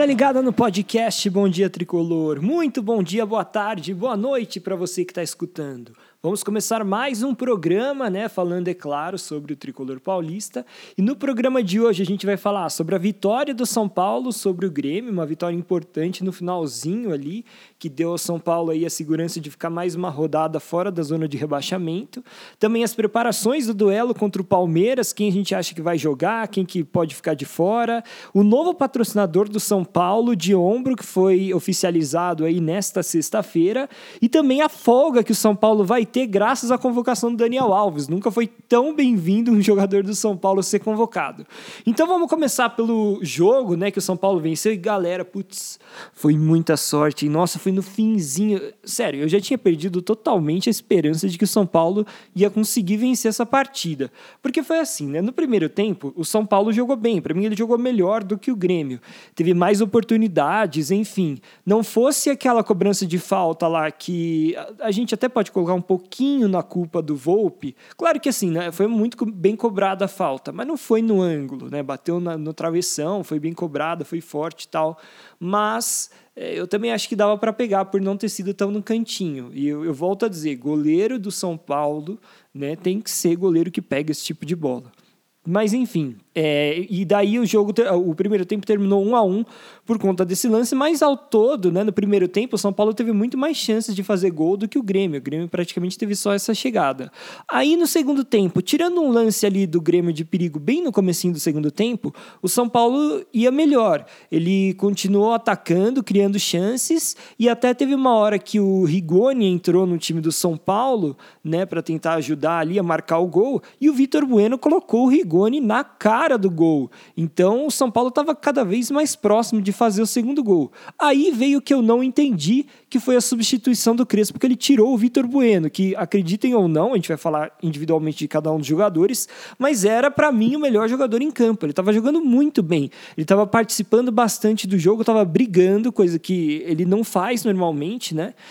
ligada no podcast Bom Dia Tricolor. Muito bom dia, boa tarde, boa noite para você que está escutando. Vamos começar mais um programa, falando, é claro, sobre o Tricolor Paulista. E no programa de hoje a gente vai falar sobre a vitória do São Paulo sobre o Grêmio, uma vitória importante no finalzinho ali, que deu ao São Paulo aí a segurança de ficar mais uma rodada fora da zona de rebaixamento. Também as preparações do duelo contra o Palmeiras, quem a gente acha que vai jogar, quem que pode ficar de fora. O novo patrocinador do São Paulo, de ombro, que foi oficializado aí nesta sexta-feira. E também a folga que o São Paulo vai ter graças à convocação do Daniel Alves. Nunca foi tão bem-vindo um jogador do São Paulo ser convocado. Então vamos começar pelo jogo, que o São Paulo venceu. E galera, foi muita sorte. Nossa, foi no finzinho. Sério, eu já tinha perdido totalmente a esperança de que o São Paulo ia conseguir vencer essa partida. Porque foi assim, No primeiro tempo, o São Paulo jogou bem. Para mim, ele jogou melhor do que o Grêmio. Teve mais oportunidades, enfim. Não fosse aquela cobrança de falta lá que a gente até pode colocar um pouquinho na culpa do Volpi. Claro que assim, foi muito bem cobrada a falta, mas não foi no ângulo, Bateu no travessão, foi bem cobrada, foi forte e tal. Mas eu também acho que dava para pegar por não ter sido tão no cantinho. E eu volto a dizer, goleiro do São Paulo, tem que ser goleiro que pega esse tipo de bola. Mas enfim, e daí o primeiro tempo terminou 1-1 por conta desse lance, mas ao todo, no primeiro tempo, o São Paulo teve muito mais chances de fazer gol do que o Grêmio. O Grêmio praticamente teve só essa chegada. Aí no segundo tempo, tirando um lance ali do Grêmio de perigo bem no comecinho do segundo tempo, o São Paulo ia melhor. Ele continuou atacando, criando chances, e até teve uma hora que o Rigoni entrou no time do São Paulo, para tentar ajudar ali a marcar o gol, e o Vitor Bueno colocou o Rigoni na cara do gol. Então o São Paulo estava cada vez mais próximo de fazer o segundo gol. Aí veio o que eu não entendi, que foi a substituição do Crespo, porque ele tirou o Vitor Bueno, que, acreditem ou não, a gente vai falar individualmente de cada um dos jogadores, mas era para mim o melhor jogador em campo. Ele estava jogando muito bem, ele estava participando bastante do jogo, estava brigando, coisa que ele não faz normalmente,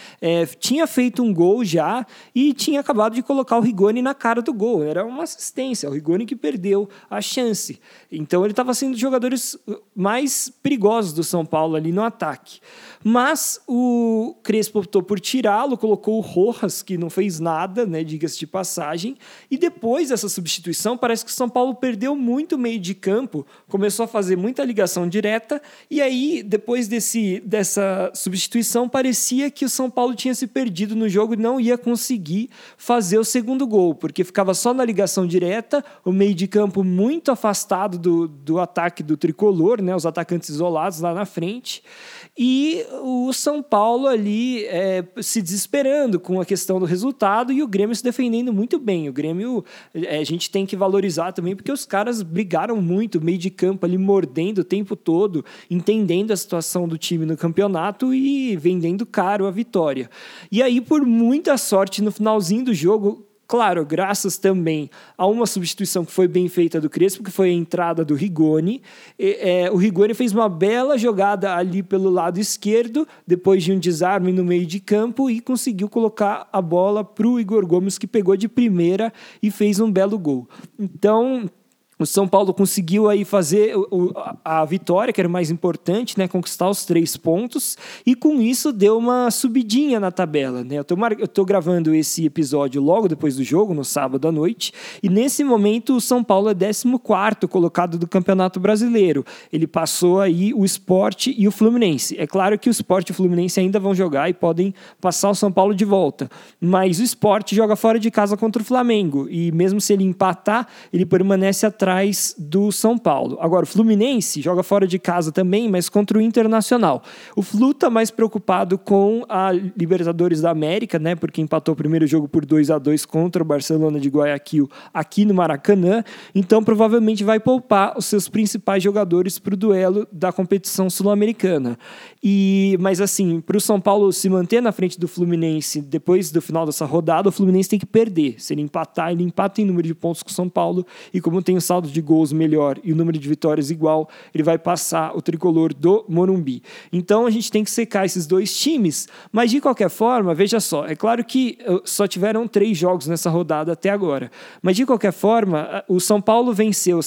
tinha feito um gol já e tinha acabado de colocar o Rigoni na cara do gol. Era uma assistência, o Rigoni que perdeu a chance. Então ele estava sendo um dos jogadores mais perigosos do São Paulo ali no ataque. Mas o Crespo optou por tirá-lo, colocou o Rojas, que não fez nada, diga-se de passagem. E depois dessa substituição, parece que o São Paulo perdeu muito o meio de campo, começou a fazer muita ligação direta, e aí, depois dessa substituição, parecia que o São Paulo tinha se perdido no jogo e não ia conseguir fazer o segundo gol, porque ficava só na ligação direta, o meio de campo muito afastado do ataque do Tricolor, os atacantes isolados lá na frente, e o São Paulo ali se desesperando com a questão do resultado e o Grêmio se defendendo muito bem. O Grêmio, a gente tem que valorizar também, porque os caras brigaram muito, meio de campo ali, mordendo o tempo todo, entendendo a situação do time no campeonato e vendendo caro a vitória. E aí, por muita sorte, no finalzinho do jogo, claro, graças também a uma substituição que foi bem feita do Crespo, que foi a entrada do Rigoni. O Rigoni fez uma bela jogada ali pelo lado esquerdo, depois de um desarme no meio de campo, e conseguiu colocar a bola para o Igor Gomes, que pegou de primeira e fez um belo gol. Então, o São Paulo conseguiu aí fazer a vitória, que era o mais importante, conquistar os 3 pontos, e com isso deu uma subidinha na tabela. Eu tô gravando esse episódio logo depois do jogo, no sábado à noite, e nesse momento o São Paulo é 14º colocado do Campeonato Brasileiro. Ele passou aí o Sport e o Fluminense. É claro que o Sport e o Fluminense ainda vão jogar e podem passar o São Paulo de volta, mas o Sport joga fora de casa contra o Flamengo, e mesmo se ele empatar, ele permanece atrás do São Paulo. Agora, o Fluminense joga fora de casa também, mas contra o Internacional. O Flu está mais preocupado com a Libertadores da América, porque empatou o primeiro jogo por 2-2 contra o Barcelona de Guayaquil aqui no Maracanã, então provavelmente vai poupar os seus principais jogadores para o duelo da competição sul-americana. Mas assim, para o São Paulo se manter na frente do Fluminense depois do final dessa rodada, o Fluminense tem que perder. Se ele empatar, ele empata em número de pontos com o São Paulo, e como tem o saldo saldo de gols melhor e o número de vitórias igual, ele vai passar o tricolor do Morumbi. Então a gente tem que secar esses dois times, mas de qualquer forma, veja só, é claro que só tiveram 3 jogos nessa rodada até agora, mas de qualquer forma, o São Paulo venceu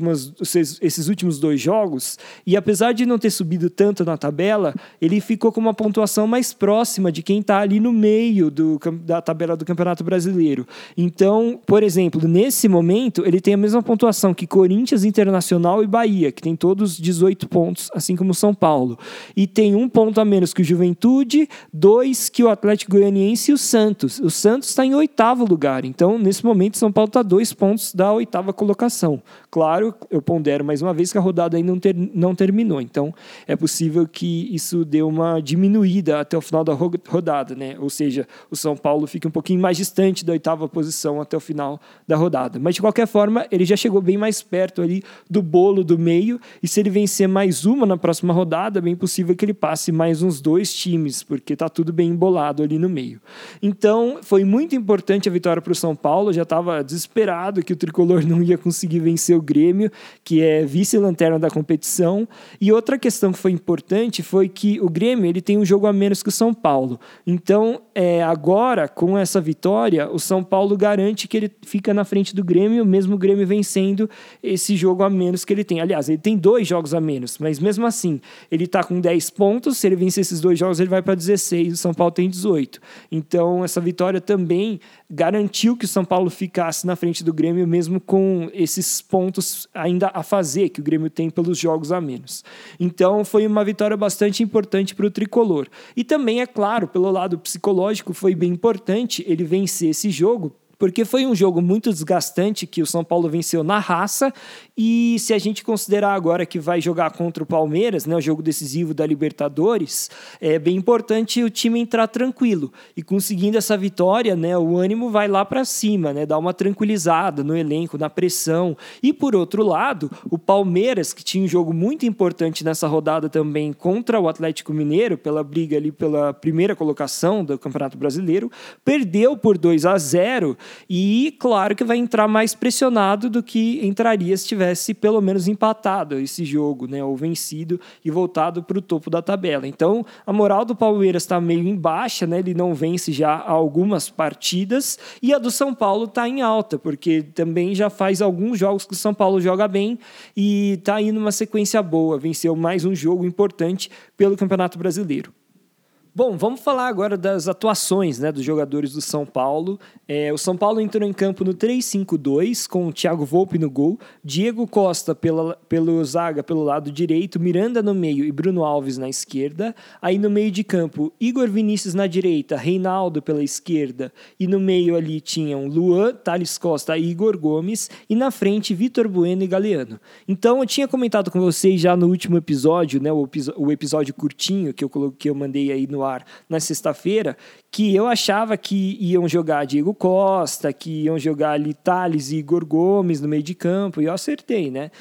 esses últimos 2 jogos e apesar de não ter subido tanto na tabela, ele ficou com uma pontuação mais próxima de quem está ali no meio da tabela do Campeonato Brasileiro. Então, por exemplo, nesse momento, ele tem a mesma pontuação que Corinthians, Internacional e Bahia, que tem todos 18 pontos, assim como o São Paulo. E tem 1 ponto a menos que o Juventude, 2 que o Atlético Goianiense e o Santos. O Santos está em 8º lugar. Então, nesse momento, São Paulo está 2 pontos da 8ª colocação. Claro, eu pondero mais uma vez que a rodada ainda não terminou. Então, é possível que isso dê uma diminuída até o final da rodada, né? Ou seja, o São Paulo fica um pouquinho mais distante da 8ª posição até o final da rodada. Mas, de qualquer forma, ele já chegou bem mais perto ali do bolo do meio, e se ele vencer mais uma na próxima rodada, é bem possível que ele passe mais uns 2 times, porque está tudo bem embolado ali no meio. Então, foi muito importante a vitória para o São Paulo, já estava desesperado que o tricolor não ia conseguir vencer o Grêmio, que é vice-lanterna da competição. E outra questão que foi importante foi que o Grêmio ele tem um jogo a menos que o São Paulo. Então, agora, com essa vitória, o São Paulo garante que ele fica na frente do Grêmio, mesmo o Grêmio vencendo esse jogo a menos que ele tem. Aliás, ele tem 2 jogos a menos, mas mesmo assim, ele está com 10 pontos, se ele vencer esses 2 jogos, ele vai para 16, o São Paulo tem 18. Então, essa vitória também garantiu que o São Paulo ficasse na frente do Grêmio, mesmo com esses pontos ainda a fazer, que o Grêmio tem pelos jogos a menos. Então, foi uma vitória bastante importante para o tricolor. E também, é claro, pelo lado psicológico, foi bem importante ele vencer esse jogo, porque foi um jogo muito desgastante que o São Paulo venceu na raça, e se a gente considerar agora que vai jogar contra o Palmeiras, né, o jogo decisivo da Libertadores, é bem importante o time entrar tranquilo, e conseguindo essa vitória, né, o ânimo vai lá para cima, né, dá uma tranquilizada no elenco, na pressão. E por outro lado, o Palmeiras, que tinha um jogo muito importante nessa rodada também contra o Atlético Mineiro, pela briga ali pela primeira colocação do Campeonato Brasileiro, perdeu por 2-0, e claro que vai entrar mais pressionado do que entraria se tivesse pelo menos empatado esse jogo, né, ou vencido e voltado para o topo da tabela. Então, a moral do Palmeiras está meio em baixa, né, ele não vence já há algumas partidas, e a do São Paulo está em alta, porque também já faz alguns jogos que o São Paulo joga bem e está indo numa sequência boa, venceu mais um jogo importante pelo Campeonato Brasileiro. Bom, vamos falar agora das atuações, né, dos jogadores do São Paulo. O São Paulo entrou em campo no 3-5-2, com o Thiago Volpi no gol, Diego Costa pelo zaga pelo lado direito, Miranda no meio e Bruno Alves na esquerda. Aí no meio de campo, Igor Vinícius na direita, Reinaldo pela esquerda, e no meio ali tinham Luan, Thales Costa e Igor Gomes, e na frente Vitor Bueno e Galeano. Então eu tinha comentado com vocês já no último episódio, né, o episódio curtinho que eu mandei aí no ar na sexta-feira, que eu achava que iam jogar Diego Costa, que iam jogar ali Thales e Igor Gomes no meio de campo, e eu acertei, né?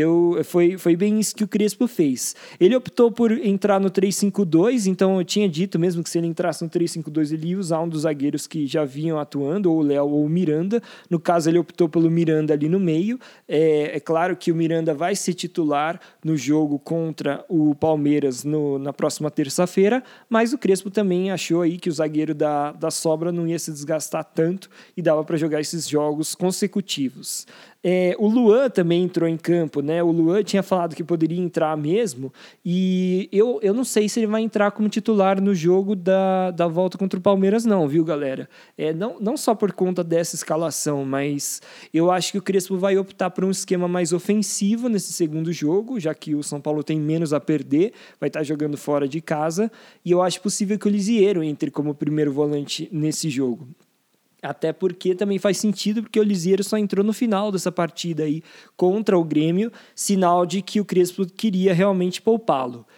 Foi bem isso que o Crespo fez. Ele optou por entrar no 3-5-2, então eu tinha dito mesmo que se ele entrasse no 3-5-2 ele ia usar um dos zagueiros que já vinham atuando, ou o Léo ou o Miranda. No caso, ele optou pelo Miranda ali no meio. É claro que o Miranda vai ser titular no jogo contra o Palmeiras na próxima terça-feira, mas o Crespo também achou aí que o zagueiro da sobra não ia se desgastar tanto e dava para jogar esses jogos consecutivos. O Luan também entrou em campo, né? O Luan tinha falado que poderia entrar mesmo, e eu não sei se ele vai entrar como titular no jogo da volta contra o Palmeiras não, viu, galera? Não só por conta dessa escalação, mas eu acho que o Crespo vai optar por um esquema mais ofensivo nesse segundo jogo, já que o São Paulo tem menos a perder, vai estar jogando fora de casa, e eu acho possível que o Lisiero entre como primeiro volante nesse jogo. Até porque também faz sentido, porque o Lisiero só entrou no final dessa partida aí contra o Grêmio, sinal de que o Crespo queria realmente poupá-lo.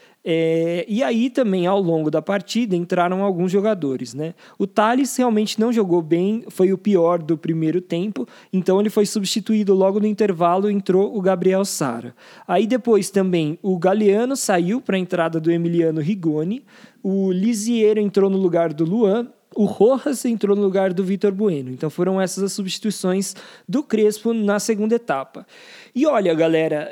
E aí também ao longo da partida entraram alguns jogadores, né? O Thales realmente não jogou bem, foi o pior do primeiro tempo, então ele foi substituído logo no intervalo, entrou o Gabriel Sara. Aí depois também o Galeano saiu para a entrada do Emiliano Rigoni, o Lisiero entrou no lugar do Luan, O Rojas entrou no lugar do Vitor Bueno. Então foram essas as substituições do Crespo na segunda etapa. E olha, galera,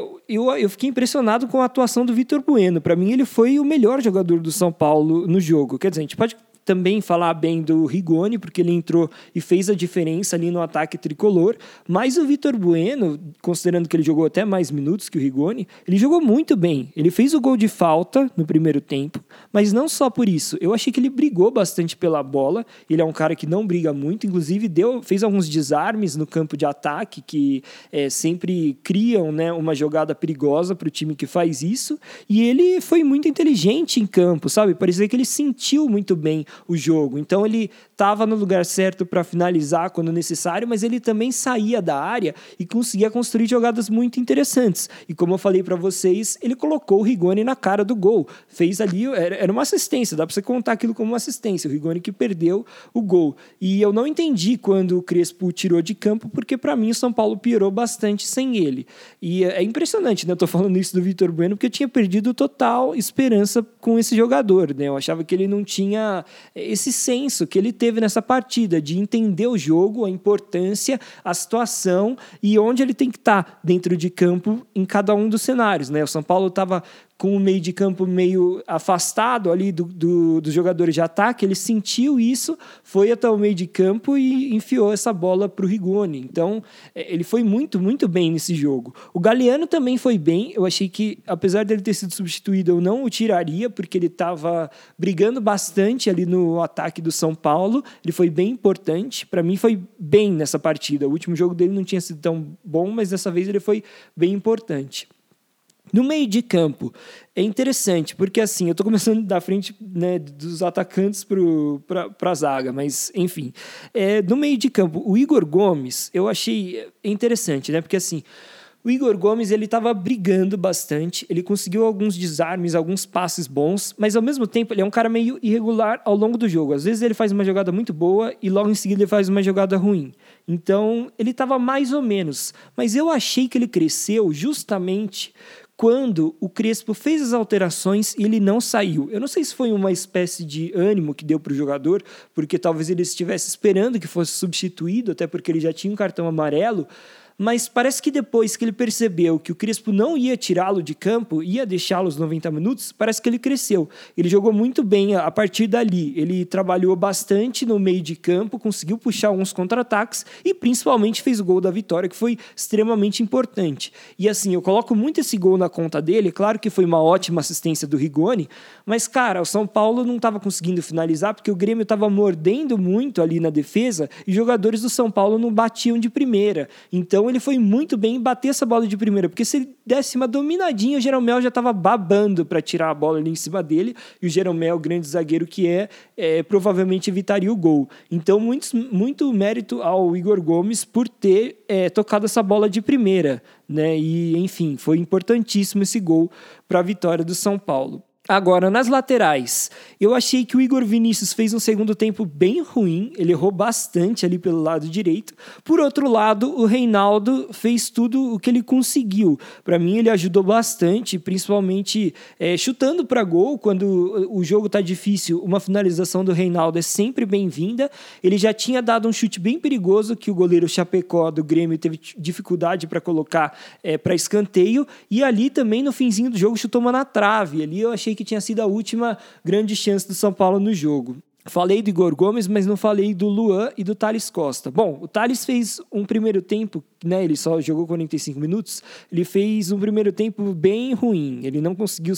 eu fiquei impressionado com a atuação do Vitor Bueno. Para mim, ele foi o melhor jogador do São Paulo no jogo. Quer dizer, a gente pode também falar bem do Rigoni, porque ele entrou e fez a diferença ali no ataque tricolor, mas o Vitor Bueno, considerando que ele jogou até mais minutos que o Rigoni, ele jogou muito bem. Ele fez o gol de falta no primeiro tempo, mas não só por isso. Eu achei que ele brigou bastante pela bola. Ele é um cara que não briga muito, inclusive fez alguns desarmes no campo de ataque, que sempre criam, né, uma jogada perigosa para o time que faz isso, e ele foi muito inteligente em campo, sabe? Parecia que ele sentiu muito bem o jogo. Então ele estava no lugar certo para finalizar quando necessário, mas ele também saía da área e conseguia construir jogadas muito interessantes. E como eu falei para vocês, ele colocou o Rigoni na cara do gol. Fez ali, era uma assistência, dá para você contar aquilo como uma assistência. O Rigoni que perdeu o gol. E eu não entendi quando o Crespo tirou de campo, porque para mim o São Paulo piorou bastante sem ele. E é impressionante, né? Eu tô falando isso do Vitor Bueno, porque eu tinha perdido total esperança com esse jogador, né? Eu achava que ele não tinha esse senso que ele teve nessa partida, de entender o jogo, a importância, a situação e onde ele tem que estar dentro de campo em cada um dos cenários, né? O São Paulo estava com o meio de campo meio afastado ali dos jogadores de ataque, ele sentiu isso, foi até o meio de campo e enfiou essa bola para o Rigoni. Então, ele foi muito, muito bem nesse jogo. O Galeano também foi bem. Eu achei que, apesar dele ter sido substituído, eu não o tiraria, porque ele estava brigando bastante ali no ataque do São Paulo. Ele foi bem importante. Para mim, foi bem nessa partida. O último jogo dele não tinha sido tão bom, mas dessa vez ele foi bem importante. No meio de campo, é interessante, porque assim, eu estou começando da frente, né, dos atacantes para a zaga, mas enfim. No meio de campo, o Igor Gomes, eu achei interessante, né, porque assim, o Igor Gomes, ele estava brigando bastante, ele conseguiu alguns desarmes, alguns passes bons, mas ao mesmo tempo ele é um cara meio irregular ao longo do jogo. Às vezes ele faz uma jogada muito boa e logo em seguida ele faz uma jogada ruim. Então, ele estava mais ou menos, mas eu achei que ele cresceu justamente quando o Crespo fez as alterações e ele não saiu. Eu não sei se foi uma espécie de ânimo que deu para o jogador, porque talvez ele estivesse esperando que fosse substituído, até porque ele já tinha um cartão amarelo, mas parece que depois que ele percebeu que o Crespo não ia tirá-lo de campo, ia deixá-lo os 90 minutos, parece que ele cresceu. Ele jogou muito bem a partir dali. Ele trabalhou bastante no meio de campo, conseguiu puxar alguns contra-ataques e principalmente fez o gol da vitória, que foi extremamente importante. E assim, eu coloco muito esse gol na conta dele. Claro que foi uma ótima assistência do Rigoni, mas, cara, o São Paulo não estava conseguindo finalizar porque o Grêmio estava mordendo muito ali na defesa e jogadores do São Paulo não batiam de primeira. Então, ele foi muito bem em bater essa bola de primeira, porque se ele desse uma dominadinha, o Jeromel já estava babando para tirar a bola ali em cima dele, e o Jeromel, grande zagueiro que provavelmente evitaria o gol. Então, muito mérito ao Igor Gomes por ter tocado essa bola de primeira, né? E, enfim, foi importantíssimo esse gol para a vitória do São Paulo. Agora, nas laterais, eu achei que o Igor Vinícius fez um segundo tempo bem ruim, ele errou bastante ali pelo lado direito. Por outro lado, o Reinaldo fez tudo o que ele conseguiu. Para mim, ele ajudou bastante, principalmente chutando para gol. Quando o jogo está difícil, uma finalização do Reinaldo é sempre bem-vinda. Ele já tinha dado um chute bem perigoso que o goleiro Chapecó do Grêmio teve dificuldade para colocar para escanteio. E ali também, no finzinho do jogo, chutou uma na trave. Ali eu achei que tinha sido a última grande chance do São Paulo no jogo. Falei do Igor Gomes, mas não falei do Luan e do Thales Costa. Bom, o Thales fez um primeiro tempo, né, ele só jogou 45 minutos, ele fez um primeiro tempo bem ruim. Ele não conseguiu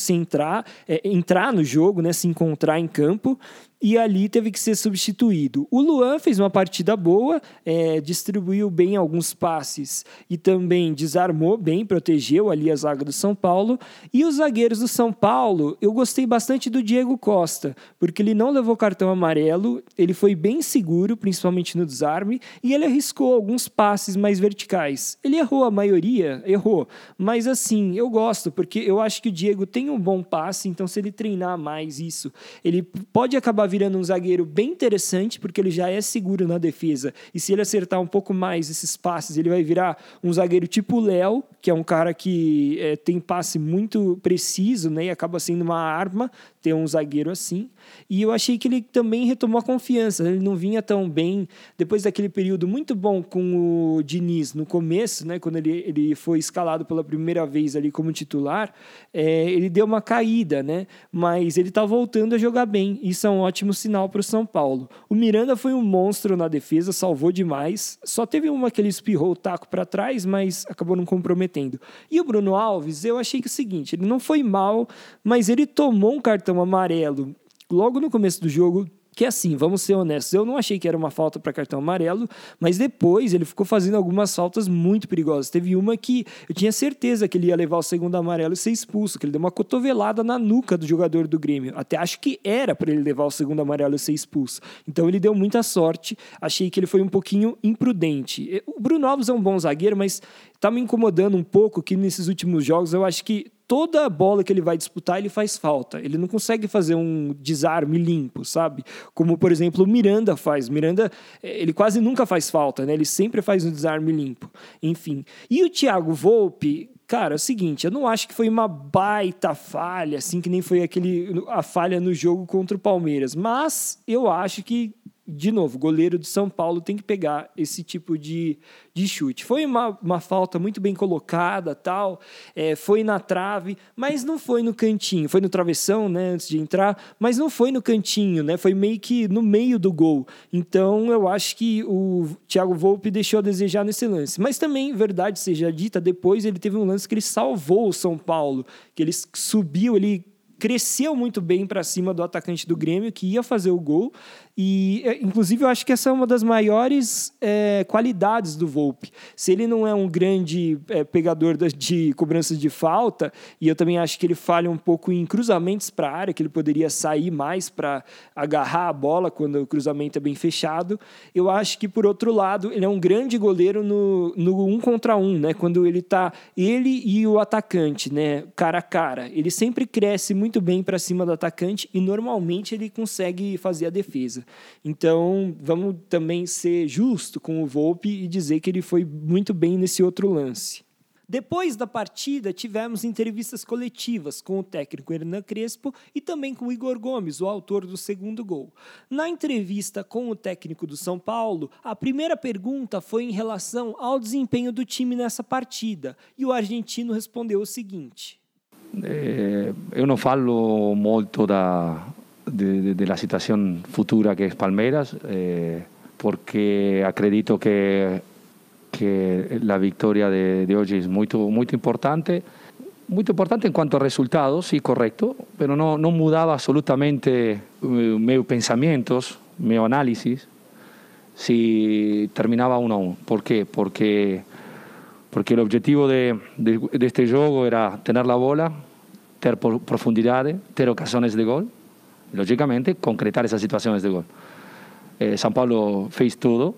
entrar no jogo, né, se encontrar em campo, e ali teve que ser substituído. O Luan fez uma partida boa, distribuiu bem alguns passes e também desarmou bem, protegeu ali a zaga do São Paulo. E os zagueiros do São Paulo, eu gostei bastante do Diego Costa, porque ele não levou cartão amarelo, ele foi bem seguro, principalmente no desarme, e ele arriscou alguns passes mais verticais verticais. Ele errou a maioria, mas assim, eu gosto, porque eu acho que o Diego tem um bom passe, então se ele treinar mais isso, ele pode acabar virando um zagueiro bem interessante, porque ele já é seguro na defesa, e se ele acertar um pouco mais esses passes, ele vai virar um zagueiro tipo o Léo, que é um cara que tem passe muito preciso, né, e acaba sendo uma arma ter um zagueiro assim. E eu achei que ele também retomou a confiança, ele não vinha tão bem depois daquele período muito bom com o Diniz no começo, né, quando ele foi escalado pela primeira vez ali como titular, ele deu uma caída, né, mas ele está voltando a jogar bem, isso é um ótimo sinal para o São Paulo. O Miranda foi um monstro na defesa, salvou demais, só teve uma que ele espirrou o taco para trás, mas acabou não comprometendo. E o Bruno Alves, eu achei que é o seguinte, ele não foi mal, mas ele tomou um cartão amarelo logo no começo do jogo, que assim, vamos ser honestos, eu não achei que era uma falta para cartão amarelo, mas depois ele ficou fazendo algumas faltas muito perigosas. Teve uma que eu tinha certeza que ele ia levar o segundo amarelo e ser expulso, que ele deu uma cotovelada na nuca do jogador do Grêmio. Até acho que era para ele levar o segundo amarelo e ser expulso. Então ele deu muita sorte, achei que ele foi um pouquinho imprudente. O Bruno Alves é um bom zagueiro, mas tá me incomodando um pouco que nesses últimos jogos eu acho que toda bola que ele vai disputar, ele faz falta. Ele não consegue fazer um desarme limpo, sabe? Como, por exemplo, o Miranda faz. O Miranda, ele quase nunca faz falta, né? Ele sempre faz um desarme limpo. Enfim. E o Thiago Volpi, cara, é o seguinte, eu não acho que foi uma baita falha, assim, que nem foi a falha no jogo contra o Palmeiras. Mas eu acho que, de novo, o goleiro de São Paulo tem que pegar esse tipo de chute. Foi uma falta muito bem colocada, tal, foi na trave, mas não foi no cantinho. Foi no travessão, né, antes de entrar, mas não foi no cantinho, né, foi meio que no meio do gol. Então, eu acho que o Thiago Volpi deixou a desejar nesse lance. Mas também, verdade seja dita, depois ele teve um lance que ele salvou o São Paulo, que ele subiu, ele cresceu muito bem para cima do atacante do Grêmio, que ia fazer o gol. E, inclusive, eu acho que essa é uma das maiores qualidades do Volpi. Se ele não é um grande pegador de cobranças de falta, e eu também acho que ele falha um pouco em cruzamentos para a área, que ele poderia sair mais para agarrar a bola quando o cruzamento é bem fechado, eu acho que, por outro lado, ele é um grande goleiro no 1 contra 1, né? Quando ele está ele e o atacante, né, cara a cara. Ele sempre cresce muito bem para cima do atacante e, normalmente, ele consegue fazer a defesa. Então, vamos também ser justo com o Volpi e dizer que ele foi muito bem nesse outro lance. Depois da partida, tivemos entrevistas coletivas com o técnico Hernan Crespo e também com o Igor Gomes, o autor do segundo gol. Na entrevista com o técnico do São Paulo, a primeira pergunta foi em relação ao desempenho do time nessa partida, e o argentino respondeu o seguinte: eu não falo muito de la situación futura que es Palmeiras, porque acredito que la victoria de hoy es muy importante en cuanto a resultados, sí, correcto, pero no mudaba absolutamente meus pensamientos, meu análisis, si terminaba 1-1. ¿Por qué? Porque el objetivo de este juego era tener la bola, ter profundidad, ter ocasiones de gol, lógicamente concretar esas situaciones de gol. São Paulo fez tudo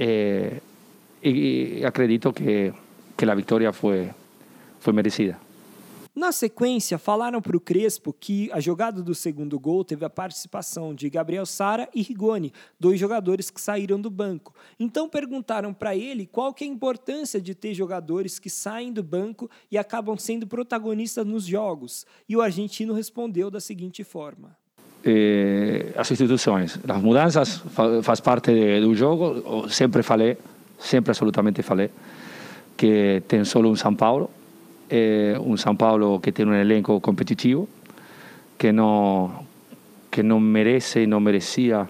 e acredito que a vitória foi merecida. Na sequência, falaram para o Crespo que a jogada do segundo gol teve a participação de Gabriel Sara e Rigoni, 2 jogadores que saíram do banco. Então perguntaram para ele qual que é a importância de ter jogadores que saem do banco e acabam sendo protagonistas nos jogos. E o argentino respondeu da seguinte forma: as instituições, as mudanças faz parte do jogo. Sempre absolutamente falei que tem só São Paulo. São Paulo que tem elenco competitivo, que não merece e não merecia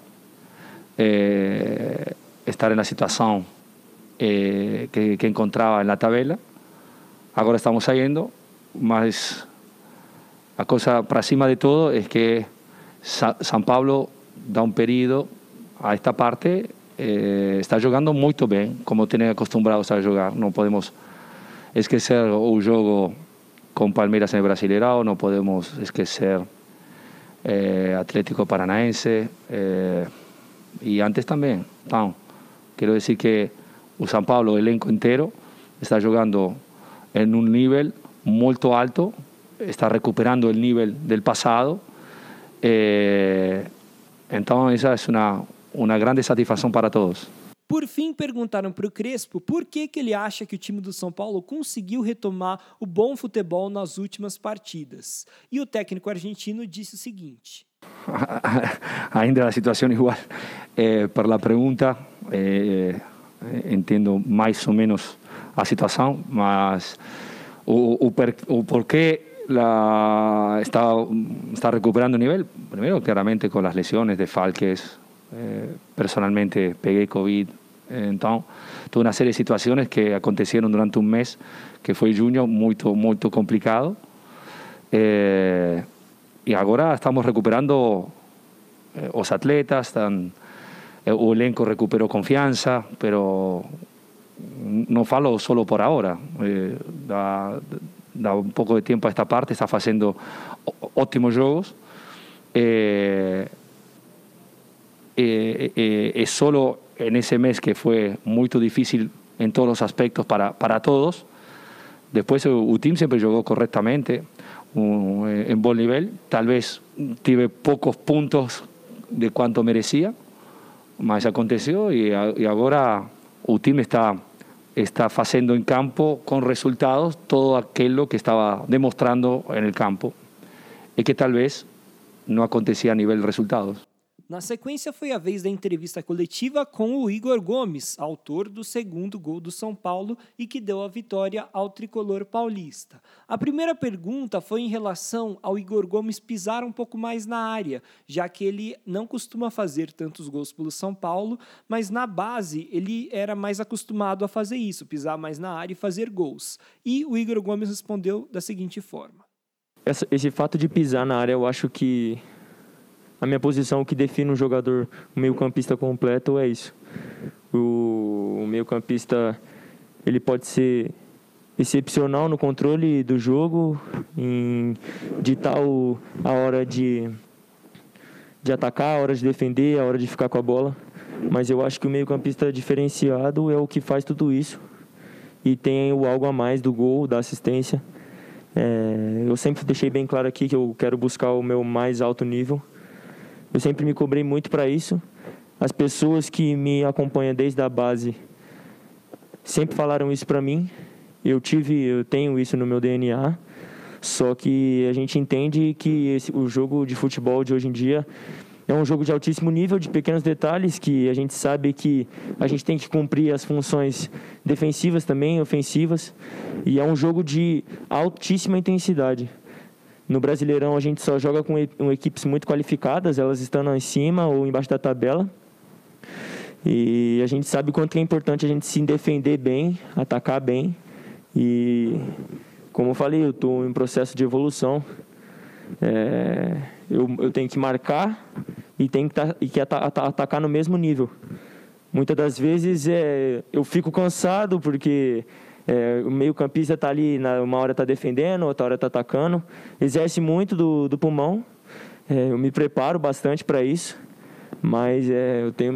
estar na situação que encontrava na tabela. Agora estamos saindo, mas a coisa para cima de todo é que São Paulo dá período a esta parte, está jogando muito bem, como tem acostumbrados a jogar. Não podemos esquecer o jogo com Palmeiras no Brasileirão, não podemos esquecer Atlético Paranaense e antes também. Então, quero dizer que o São Paulo, o elenco inteiro, está jugando en un nivel muy alto, está recuperando el nivel del pasado. Entonces esa es una grande satisfacción para todos. Por fim, perguntaram para o Crespo por que ele acha que o time do São Paulo conseguiu retomar o bom futebol nas últimas partidas. E o técnico argentino disse o seguinte: Ainda a situação igual. Por la pregunta, entendo mais ou menos a situação, mas o porquê está recuperando o nivel. Primero, claramente con las lesiones de Falques. Personalmente pegué COVID, então toda uma série de situações que aconteceram durante um mês, que foi junho, muito complicado, e agora estamos recuperando os atletas, o elenco recuperou confiança, pero não falo solo por agora, dá um pouco de tempo a esta parte, está fazendo ótimos jogos. Es solo en ese mes que fue muy difícil en todos los aspectos para todos. Después el team siempre jugó correctamente, en buen nivel. Tal vez tuve pocos puntos de cuanto merecía, mas aconteció y ahora el team está haciendo en campo con resultados todo aquello que estaba demostrando en el campo y que tal vez no acontecía a nivel de resultados. Na sequência, foi a vez da entrevista coletiva com o Igor Gomes, autor do segundo gol do São Paulo e que deu a vitória ao tricolor paulista. A primeira pergunta foi em relação ao Igor Gomes pisar um pouco mais na área, já que ele não costuma fazer tantos gols pelo São Paulo, mas na base ele era mais acostumado a fazer isso, pisar mais na área e fazer gols. E o Igor Gomes respondeu da seguinte forma: Esse fato de pisar na área, eu acho que a minha posição, o que define um jogador, um meio-campista completo, é isso. O meio-campista, ele pode ser excepcional no controle do jogo, em ditar a hora de atacar, a hora de defender, a hora de ficar com a bola. Mas eu acho que o meio-campista diferenciado é o que faz tudo isso. E tem o algo a mais do gol, da assistência. Eu sempre deixei bem claro aqui que eu quero buscar o meu mais alto nível. Eu sempre me cobrei muito para isso. As pessoas que me acompanham desde a base sempre falaram isso para mim. Eu tenho isso no meu DNA. Só que a gente entende que o jogo de futebol de hoje em dia é um jogo de altíssimo nível, de pequenos detalhes, que a gente sabe que a gente tem que cumprir as funções defensivas também, ofensivas. E é um jogo de altíssima intensidade. No Brasileirão, a gente só joga com equipes muito qualificadas, elas estando em cima ou embaixo da tabela. E a gente sabe o quanto é importante a gente se defender bem, atacar bem. E, como eu falei, eu estou em processo de evolução. Eu tenho que marcar e tenho que atacar no mesmo nível. Muitas das vezes eu fico cansado porque o meio-campista está ali, uma hora está defendendo, outra hora está atacando. Exerce muito do pulmão. Eu me preparo bastante para isso. Mas eu tenho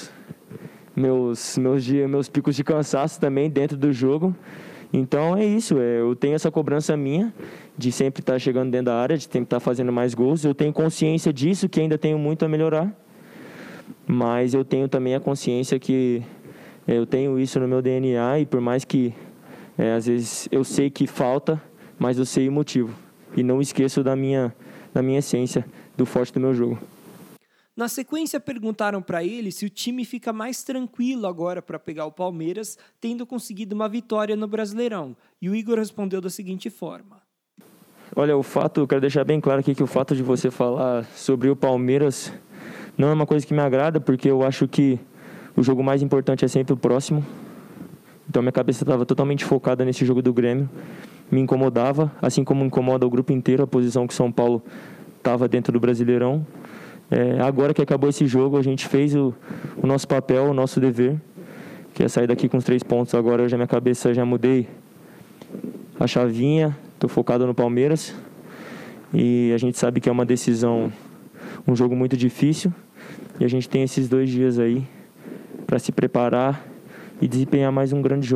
meus picos de cansaço também dentro do jogo. Então é isso. Eu tenho essa cobrança minha de sempre estar chegando dentro da área, de sempre estar fazendo mais gols. Eu tenho consciência disso, que ainda tenho muito a melhorar. Mas eu tenho também a consciência que eu tenho isso no meu DNA e por mais que às vezes eu sei que falta, mas eu sei o motivo. E não esqueço da minha essência, do forte do meu jogo. Na sequência, perguntaram para ele se o time fica mais tranquilo agora para pegar o Palmeiras, tendo conseguido uma vitória no Brasileirão. E o Igor respondeu da seguinte forma: Olha, eu quero deixar bem claro aqui que o fato de você falar sobre o Palmeiras não é uma coisa que me agrada, porque eu acho que o jogo mais importante é sempre o próximo. Então minha cabeça estava totalmente focada nesse jogo do Grêmio. Me incomodava, assim como incomoda o grupo inteiro, a posição que o São Paulo estava dentro do Brasileirão. Agora que acabou esse jogo, a gente fez o nosso papel, o nosso dever, que é sair daqui com os 3 pontos. Agora minha cabeça já mudei a chavinha, estou focado no Palmeiras. E a gente sabe que é uma decisão, um jogo muito difícil. E a gente tem esses 2 dias aí para se preparar e desempenhar mais um grande jogo.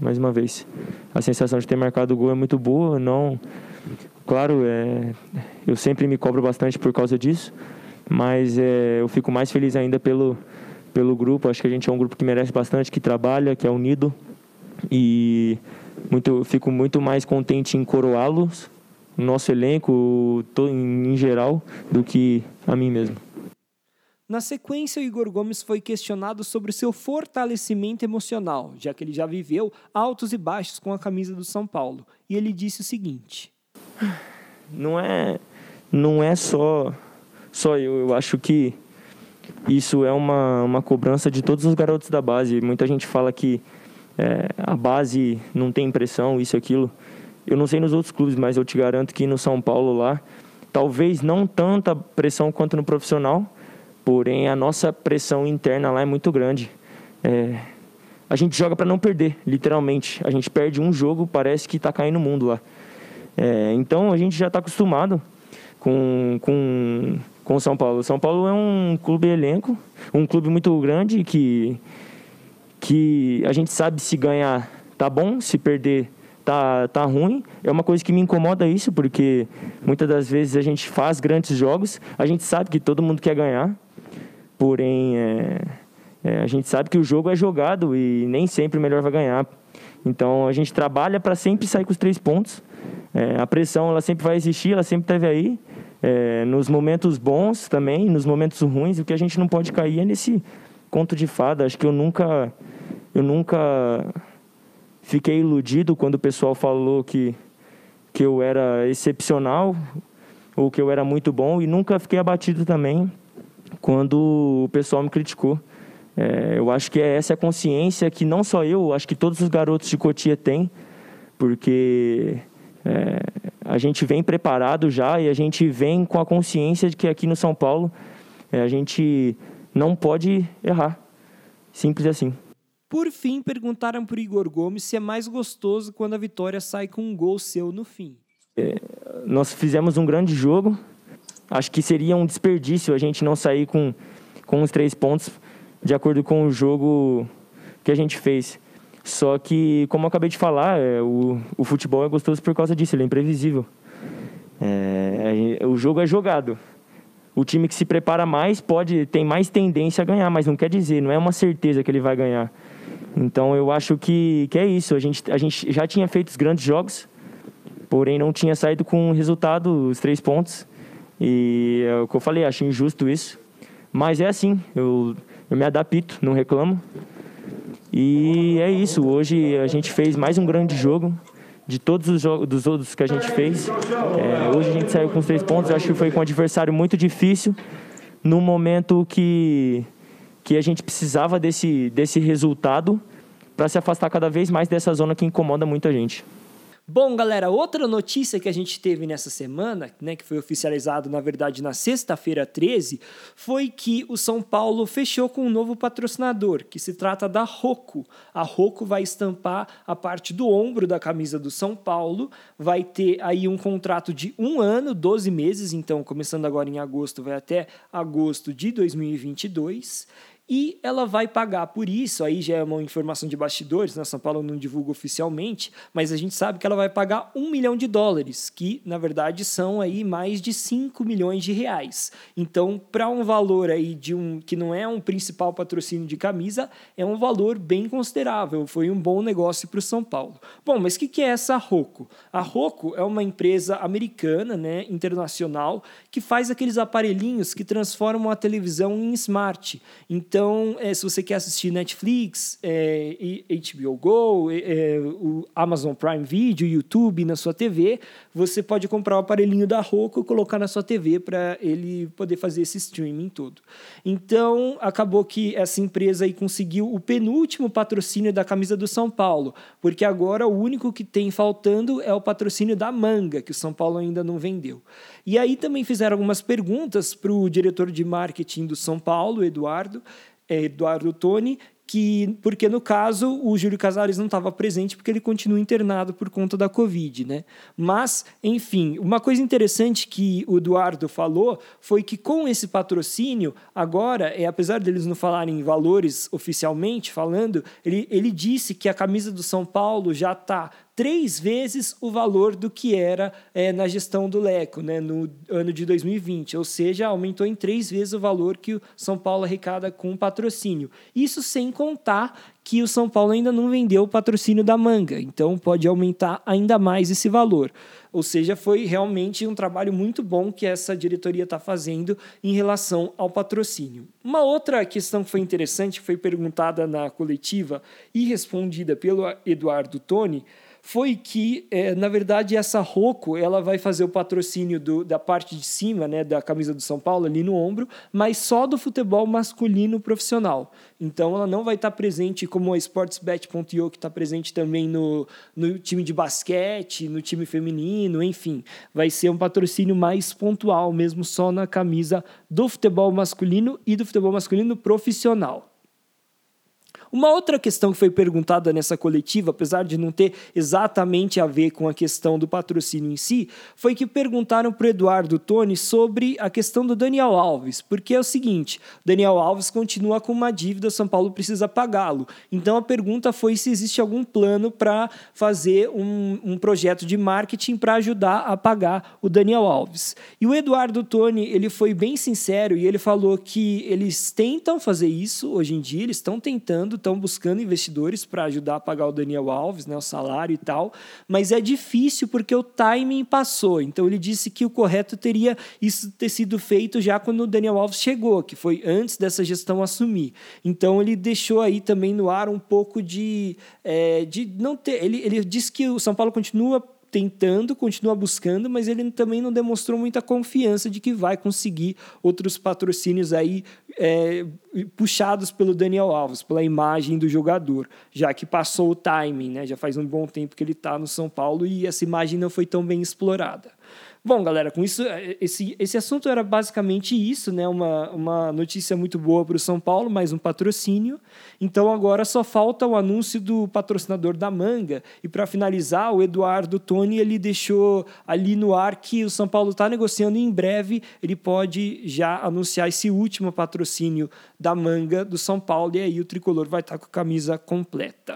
mais uma vez. A sensação de ter marcado o gol é muito boa, não... Claro, eu sempre me cobro bastante por causa disso, mas eu fico mais feliz ainda pelo grupo. Acho que a gente é um grupo que merece bastante, que trabalha, que é unido, e fico muito mais contente em coroá-los, nosso elenco em geral, do que a mim mesmo. Na sequência, o Igor Gomes foi questionado sobre o seu fortalecimento emocional, já que ele já viveu altos e baixos com a camisa do São Paulo. E ele disse o seguinte: Não é só eu. Eu acho que isso é uma cobrança de todos os garotos da base. Muita gente fala que a base não tem pressão, isso e aquilo. Eu não sei nos outros clubes, mas eu te garanto que no São Paulo lá, talvez não tanta pressão quanto no profissional, porém a nossa pressão interna lá é muito grande. A gente joga para não perder, literalmente. A gente perde um jogo, parece que está caindo o mundo lá. Então a gente já está acostumado com o São Paulo. O São Paulo é um clube elenco, um clube muito grande que a gente sabe se ganhar tá bom, se perder tá ruim. É uma coisa que me incomoda isso, porque muitas das vezes a gente faz grandes jogos, a gente sabe que todo mundo quer ganhar, porém a gente sabe que o jogo é jogado e nem sempre o melhor vai ganhar. Então a gente trabalha para sempre sair com os 3 pontos. A pressão ela sempre vai existir, ela sempre esteve aí, nos momentos bons também, nos momentos ruins. O que a gente não pode cair é nesse conto de fada. Acho que eu nunca fiquei iludido quando o pessoal falou que eu era excepcional ou que eu era muito bom, e nunca fiquei abatido também quando o pessoal me criticou. Eu acho que essa é a consciência que não só eu, acho que todos os garotos de Cotia têm, porque a gente vem preparado já e a gente vem com a consciência de que aqui no São Paulo a gente não pode errar. Simples assim. Por fim, perguntaram para o Igor Gomes se é mais gostoso quando a vitória sai com um gol seu no fim. Nós fizemos um grande jogo. Acho que seria um desperdício a gente não sair com os 3 pontos de acordo com o jogo que a gente fez. Só que, como eu acabei de falar, o futebol é gostoso por causa disso, ele é imprevisível. O jogo é jogado. O time que se prepara mais tem mais tendência a ganhar, mas não quer dizer, não é uma certeza que ele vai ganhar. Então eu acho que é isso. A gente já tinha feito os grandes jogos, porém não tinha saído com o resultado, os 3 pontos. E é o que eu falei, acho injusto isso. Mas é assim, eu me adapto, não reclamo. E é isso, hoje a gente fez mais um grande jogo. De todos os jogos dos outros que a gente fez, hoje a gente saiu com os 3 pontos. Eu acho que foi com um adversário muito difícil, num momento que a gente precisava desse resultado para se afastar cada vez mais dessa zona que incomoda muita gente. Bom, galera, outra notícia que a gente teve nessa semana, né, que foi oficializado, na verdade, na sexta-feira 13, foi que o São Paulo fechou com um novo patrocinador, que se trata da Rocco. A Rocco vai estampar a parte do ombro da camisa do São Paulo, vai ter aí um contrato de 1 ano, 12 meses, então começando agora em agosto, vai até agosto de 2022, e ela vai pagar por isso. Aí já é uma informação de bastidores, né? São Paulo não divulga oficialmente, mas a gente sabe que ela vai pagar $1 milhão, que na verdade são aí mais de 5 milhões de reais. Então, para um valor aí que não é um principal patrocínio de camisa, é um valor bem considerável. Foi um bom negócio para o São Paulo. Bom, mas o que é essa Rocco? A Rocco é uma empresa americana, né, internacional, que faz aqueles aparelhinhos que transformam a televisão em smart. Então, se você quer assistir Netflix, HBO Go, o Amazon Prime Video, YouTube na sua TV, você pode comprar o aparelhinho da Rocco e colocar na sua TV para ele poder fazer esse streaming todo. Então, acabou que essa empresa aí conseguiu o penúltimo patrocínio da camisa do São Paulo, porque agora o único que tem faltando é o patrocínio da manga, que o São Paulo ainda não vendeu. E aí também fizeram algumas perguntas para o diretor de marketing do São Paulo, Eduardo Toni, porque no caso o Júlio Casares não estava presente porque ele continua internado por conta da Covid, né? Mas, enfim, uma coisa interessante que o Eduardo falou foi que com esse patrocínio, agora, apesar deles não falarem em valores oficialmente falando, ele disse que a camisa do São Paulo já está 3 vezes o valor do que era na gestão do Leco, né, no ano de 2020, ou seja, aumentou em 3 vezes o valor que o São Paulo arrecada com patrocínio. Isso sem contar que o São Paulo ainda não vendeu o patrocínio da Manga, então pode aumentar ainda mais esse valor. Ou seja, foi realmente um trabalho muito bom que essa diretoria está fazendo em relação ao patrocínio. Uma outra questão que foi interessante, que foi perguntada na coletiva e respondida pelo Eduardo Toni, foi que, na verdade, essa Rocco ela vai fazer o patrocínio da parte de cima, né, da camisa do São Paulo, ali no ombro, mas só do futebol masculino profissional. Então, ela não vai estar presente como a Sportsbet.io, que está presente também no time de basquete, no time feminino, enfim. Vai ser um patrocínio mais pontual, mesmo só na camisa do futebol masculino e do futebol masculino profissional. Uma outra questão que foi perguntada nessa coletiva, apesar de não ter exatamente a ver com a questão do patrocínio em si, foi que perguntaram para o Eduardo Toni sobre a questão do Daniel Alves, porque é o seguinte, Daniel Alves continua com uma dívida, o São Paulo precisa pagá-lo. Então a pergunta foi se existe algum plano para fazer um projeto de marketing para ajudar a pagar o Daniel Alves. E o Eduardo Toni, ele foi bem sincero e ele falou que eles tentam fazer isso hoje em dia, eles estão buscando investidores para ajudar a pagar o Daniel Alves, né, o salário e tal, mas é difícil porque o timing passou. Então ele disse que o correto teria isso ter sido feito já quando o Daniel Alves chegou, que foi antes dessa gestão assumir. Então ele deixou aí também no ar um pouco de não ter. Ele disse que o São Paulo continua tentando, continua buscando, mas ele também não demonstrou muita confiança de que vai conseguir outros patrocínios aí puxados pelo Daniel Alves, pela imagem do jogador, já que passou o timing, né? Já faz um bom tempo que ele está no São Paulo e essa imagem não foi tão bem explorada. Bom, galera, com isso, esse assunto era basicamente isso, né? Uma notícia muito boa para o São Paulo, mais um patrocínio. Então agora só falta o anúncio do patrocinador da Manga. E para finalizar, o Eduardo Toni ele deixou ali no ar que o São Paulo está negociando e em breve ele pode já anunciar esse último patrocínio da Manga do São Paulo e aí o tricolor vai estar com a camisa completa.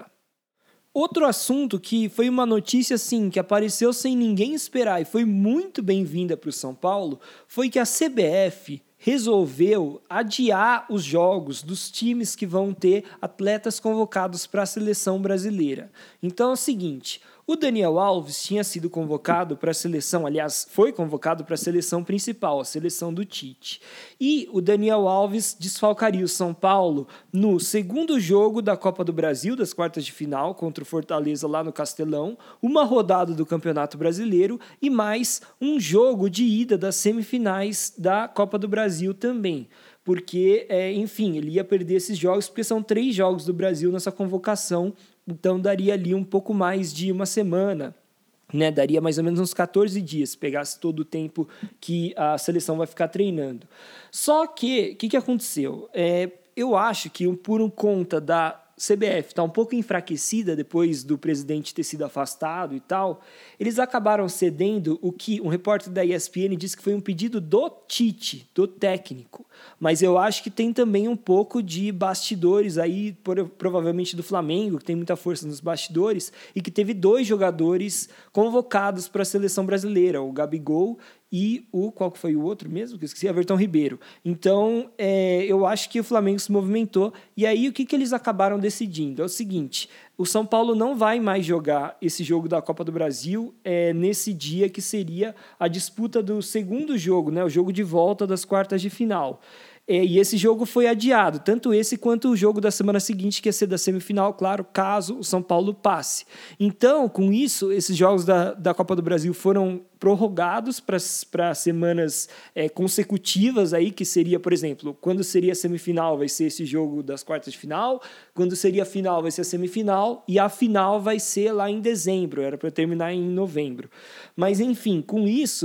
Outro assunto que foi uma notícia assim, que apareceu sem ninguém esperar e foi muito bem-vinda para o São Paulo, foi que a CBF resolveu adiar os jogos dos times que vão ter atletas convocados para a seleção brasileira. Então é o seguinte, o Daniel Alves tinha sido convocado para a seleção, aliás, foi convocado para a seleção principal, a seleção do Tite. E o Daniel Alves desfalcaria o São Paulo no segundo jogo da Copa do Brasil, das quartas de final, contra o Fortaleza lá no Castelão, uma rodada do Campeonato Brasileiro e mais um jogo de ida das semifinais da Copa do Brasil também. Porque, enfim, ele ia perder esses jogos, porque são 3 jogos do Brasil nessa convocação, então daria ali um pouco mais de uma semana, né? Daria mais ou menos uns 14 dias, se pegasse todo o tempo que a seleção vai ficar treinando. Só que, o que aconteceu? Eu acho que por conta da CBF está um pouco enfraquecida depois do presidente ter sido afastado e tal, eles acabaram cedendo o que um repórter da ESPN disse que foi um pedido do Tite, do técnico. Mas eu acho que tem também um pouco de bastidores aí, provavelmente do Flamengo, que tem muita força nos bastidores, e que teve 2 jogadores convocados para a seleção brasileira, o Gabigol e qual que foi o outro mesmo? Que eu esqueci, Everton Ribeiro. Então, eu acho que o Flamengo se movimentou, e aí o que eles acabaram decidindo? É o seguinte, o São Paulo não vai mais jogar esse jogo da Copa do Brasil nesse dia que seria a disputa do segundo jogo, né? O jogo de volta das quartas de final. E esse jogo foi adiado, tanto esse quanto o jogo da semana seguinte, que ia ser da semifinal, claro, caso o São Paulo passe. Então, com isso, esses jogos da Copa do Brasil foram prorrogados para semanas consecutivas, aí, que seria, por exemplo, quando seria a semifinal vai ser esse jogo das quartas de final, quando seria a final vai ser a semifinal, e a final vai ser lá em dezembro, era para terminar em novembro. Mas, enfim, com isso,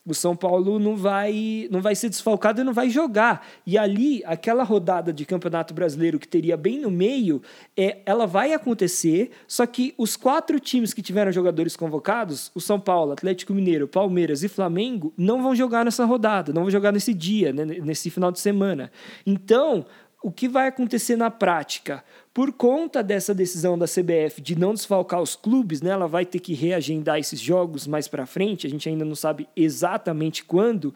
O São Paulo não vai ser desfalcado e não vai jogar. E ali, aquela rodada de Campeonato Brasileiro que teria bem no meio, ela vai acontecer, só que os 4 times que tiveram jogadores convocados, o São Paulo, Atlético Mineiro, Palmeiras e Flamengo, não vão jogar nessa rodada, não vão jogar nesse dia, né, nesse final de semana. Então, o que vai acontecer na prática? Por conta dessa decisão da CBF de não desfalcar os clubes, né, ela vai ter que reagendar esses jogos mais para frente, a gente ainda não sabe exatamente quando,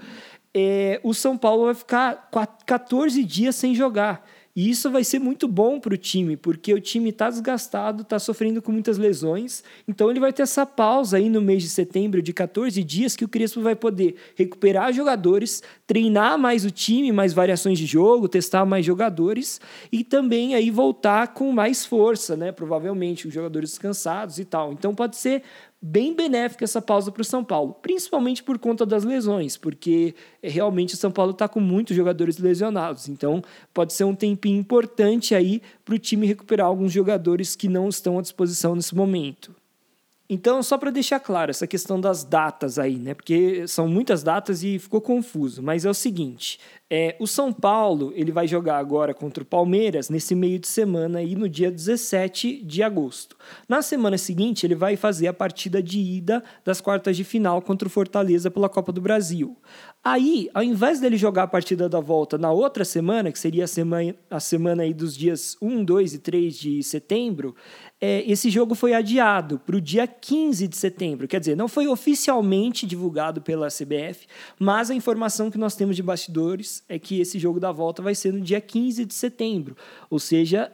o São Paulo vai ficar 14 dias sem jogar. E isso vai ser muito bom para o time, porque o time está desgastado, está sofrendo com muitas lesões, então ele vai ter essa pausa aí no mês de setembro de 14 dias que o Crespo vai poder recuperar jogadores, treinar mais o time, mais variações de jogo, testar mais jogadores e também aí voltar com mais força, né? Provavelmente os jogadores descansados e tal. Então pode ser bem benéfica essa pausa para o São Paulo, principalmente por conta das lesões, porque realmente o São Paulo está com muitos jogadores lesionados, então pode ser um tempinho importante aí para o time recuperar alguns jogadores que não estão à disposição nesse momento. Então, só para deixar claro essa questão das datas aí, né? Porque são muitas datas e ficou confuso, mas é o seguinte, o São Paulo ele vai jogar agora contra o Palmeiras nesse meio de semana aí no dia 17 de agosto. Na semana seguinte, ele vai fazer a partida de ida das quartas de final contra o Fortaleza pela Copa do Brasil. Aí, ao invés dele jogar a partida da volta na outra semana, que seria a semana aí dos dias 1, 2 e 3 de setembro, esse jogo foi adiado para o dia 15 de setembro. Quer dizer, não foi oficialmente divulgado pela CBF, mas a informação que nós temos de bastidores é que esse jogo da volta vai ser no dia 15 de setembro, ou seja,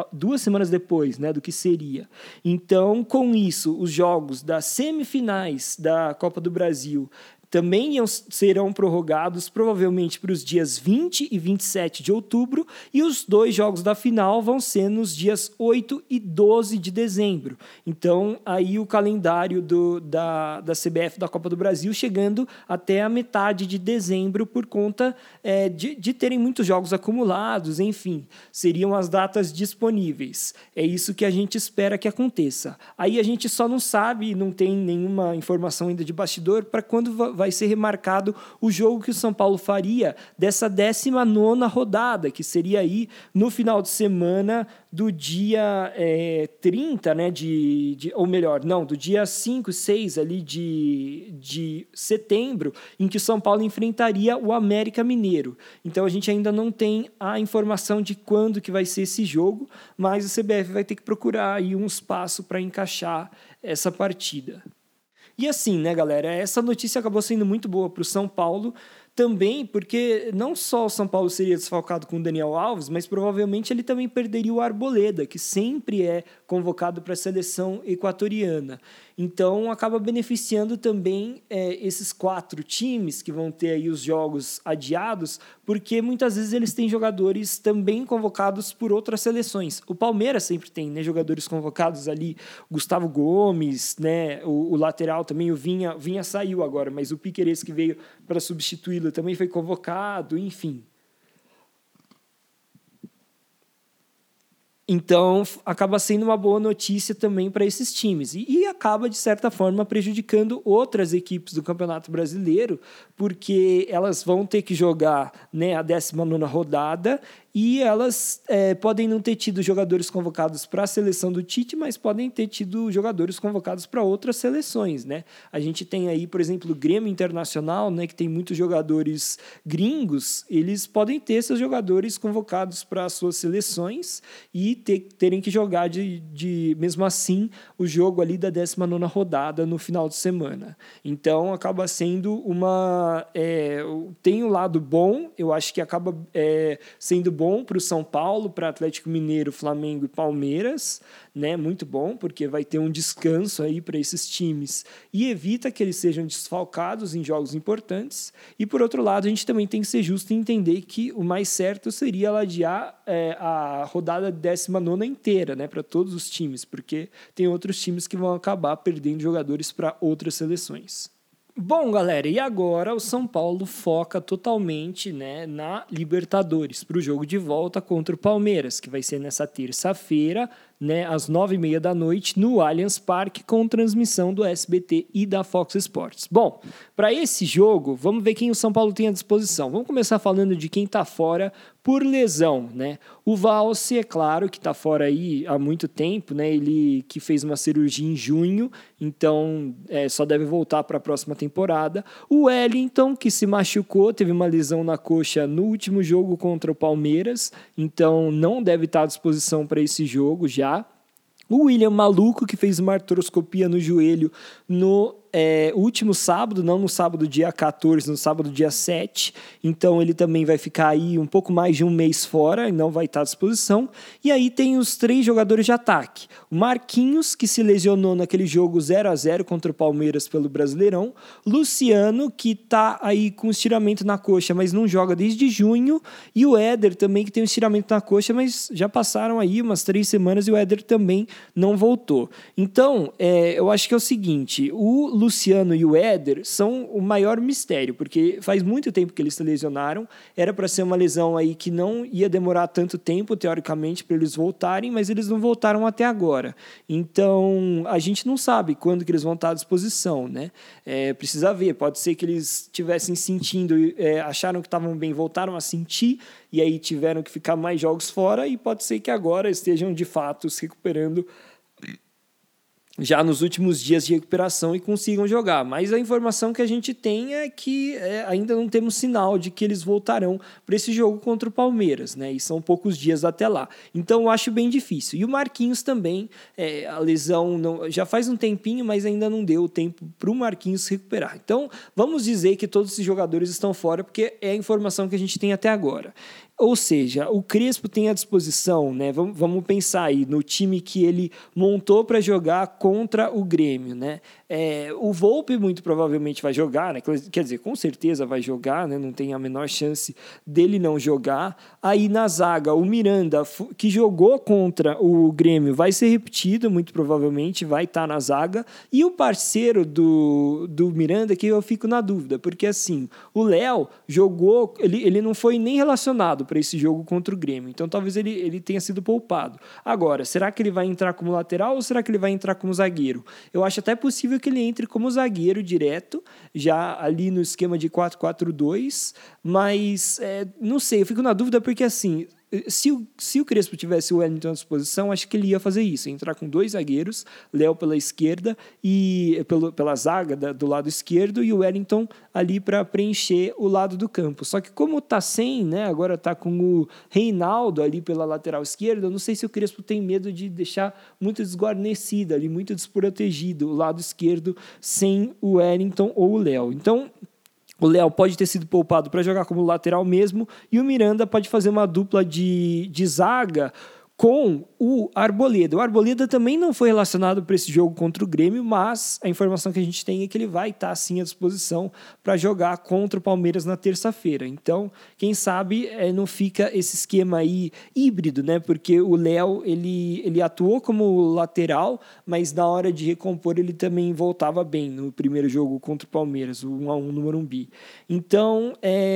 2 semanas depois, né, do que seria. Então, com isso, os jogos das semifinais da Copa do Brasil também serão prorrogados provavelmente para os dias 20 e 27 de outubro e os 2 jogos da final vão ser nos dias 8 e 12 de dezembro. Então, aí o calendário da CBF da Copa do Brasil chegando até a metade de dezembro por conta de terem muitos jogos acumulados, enfim, seriam as datas disponíveis. É isso que a gente espera que aconteça. Aí a gente só não sabe, não tem nenhuma informação ainda de bastidor para quando vai ser remarcado o jogo que o São Paulo faria dessa 19ª rodada, que seria aí no final de semana do dia 30, né, ou melhor, não, do dia 5, 6 ali de setembro, em que o São Paulo enfrentaria o América Mineiro. Então a gente ainda não tem a informação de quando que vai ser esse jogo, mas a CBF vai ter que procurar aí um espaço para encaixar essa partida. E assim, né, galera, essa notícia acabou sendo muito boa para o São Paulo, também porque não só o São Paulo seria desfalcado com o Daniel Alves, mas provavelmente ele também perderia o Arboleda, que sempre é convocado para a seleção equatoriana. Então, acaba beneficiando também esses 4 times que vão ter aí os jogos adiados, porque muitas vezes eles têm jogadores também convocados por outras seleções. O Palmeiras sempre tem, né, jogadores convocados ali, Gustavo Gomes, né, o lateral também, o Vinha saiu agora, mas o Piquerez que veio para substituí-lo também foi convocado, enfim. Então, acaba sendo uma boa notícia também para esses times. E acaba, de certa forma, prejudicando outras equipes do Campeonato Brasileiro, porque elas vão ter que jogar, né, a 19ª rodada e elas podem não ter tido jogadores convocados para a seleção do Tite, mas podem ter tido jogadores convocados para outras seleções, né? A gente tem aí, por exemplo, o Grêmio Internacional, né, que tem muitos jogadores gringos, eles podem ter seus jogadores convocados para as suas seleções e terem que jogar mesmo assim o jogo ali da 19ª rodada no final de semana. Então acaba sendo tem um lado bom, eu acho que acaba sendo bom para o São Paulo, para Atlético Mineiro, Flamengo e Palmeiras, né? Muito bom, porque vai ter um descanso aí para esses times e evita que eles sejam desfalcados em jogos importantes. E por outro lado, a gente também tem que ser justo e entender que o mais certo seria adiar a rodada 19ª inteira, né, para todos os times, porque tem outros times que vão acabar perdendo jogadores para outras seleções. Bom, galera, e agora o São Paulo foca totalmente, né, na Libertadores, para o jogo de volta contra o Palmeiras, que vai ser nessa terça-feira, né, às 9h30 da noite, no Allianz Parque, com transmissão do SBT e da Fox Sports. Bom, para esse jogo, vamos ver quem o São Paulo tem à disposição. Vamos começar falando de quem está fora por lesão, né? O Valse, é claro, que está fora aí há muito tempo, né? Ele que fez uma cirurgia em junho, então só deve voltar para a próxima temporada. O Wellington, que se machucou, teve uma lesão na coxa no último jogo contra o Palmeiras, então não deve estar à disposição para esse jogo já. O William Maluco, que fez uma artroscopia no joelho no último sábado, não no sábado dia 14, no sábado dia 7, então ele também vai ficar aí um pouco mais de um mês fora e não vai estar à disposição. E aí tem os 3 jogadores de ataque: o Marquinhos, que se lesionou naquele jogo 0-0 contra o Palmeiras pelo Brasileirão, Luciano, que está aí com estiramento na coxa, mas não joga desde junho, e o Éder também, que tem um estiramento na coxa, mas já passaram aí umas 3 semanas e o Éder também não voltou. Então, eu acho que é o seguinte: o Luciano e o Éder são o maior mistério, porque faz muito tempo que eles se lesionaram, era para ser uma lesão aí que não ia demorar tanto tempo, teoricamente, para eles voltarem, mas eles não voltaram até agora. Então, a gente não sabe quando que eles vão estar à disposição, né? Precisa ver, pode ser que eles estivessem sentindo, acharam que estavam bem, voltaram a sentir, e aí tiveram que ficar mais jogos fora, e pode ser que agora estejam, de fato, se recuperando já nos últimos dias de recuperação e consigam jogar. Mas a informação que a gente tem é que ainda não temos sinal de que eles voltarão para esse jogo contra o Palmeiras, né? E são poucos dias até lá. Então, eu acho bem difícil. E o Marquinhos também, a lesão já faz um tempinho, mas ainda não deu tempo para o Marquinhos se recuperar. Então, vamos dizer que todos esses jogadores estão fora, porque é a informação que a gente tem até agora. Ou seja, o Crespo tem à disposição, né? Vamos pensar aí no time que ele montou para jogar contra o Grêmio, né? O Volpi muito provavelmente vai jogar, né? Quer dizer, com certeza vai jogar, né? Não tem a menor chance dele não jogar. Aí na zaga, o Miranda, que jogou contra o Grêmio, vai ser repetido, muito provavelmente vai estar na zaga. E o parceiro do Miranda, que eu fico na dúvida, porque assim, o Léo jogou, ele não foi nem relacionado para esse jogo contra o Grêmio, então talvez ele tenha sido poupado. Agora, será que ele vai entrar como lateral ou será que ele vai entrar como zagueiro? Eu acho até possível que ele entre como zagueiro direto, já ali no esquema de 4-4-2, mas não sei, eu fico na dúvida porque assim, se o Crespo tivesse o Wellington à disposição, acho que ele ia fazer isso, entrar com 2 zagueiros, Léo pela esquerda e pela zaga do lado esquerdo e o Wellington ali para preencher o lado do campo. Só que como tá sem, né, agora tá com o Reinaldo ali pela lateral esquerda, eu não sei se o Crespo tem medo de deixar muito desguarnecido ali, muito desprotegido o lado esquerdo sem o Wellington ou o Léo. Então, o Léo pode ter sido poupado para jogar como lateral mesmo, e o Miranda pode fazer uma dupla de zaga com o Arboleda. O Arboleda também não foi relacionado para esse jogo contra o Grêmio, mas a informação que a gente tem é que ele vai estar sim à disposição para jogar contra o Palmeiras na terça-feira. Então, quem sabe não fica esse esquema aí híbrido, né? Porque o Léo, ele atuou como lateral, mas na hora de recompor ele também voltava bem no primeiro jogo contra o Palmeiras, o 1-1 no Morumbi. Então,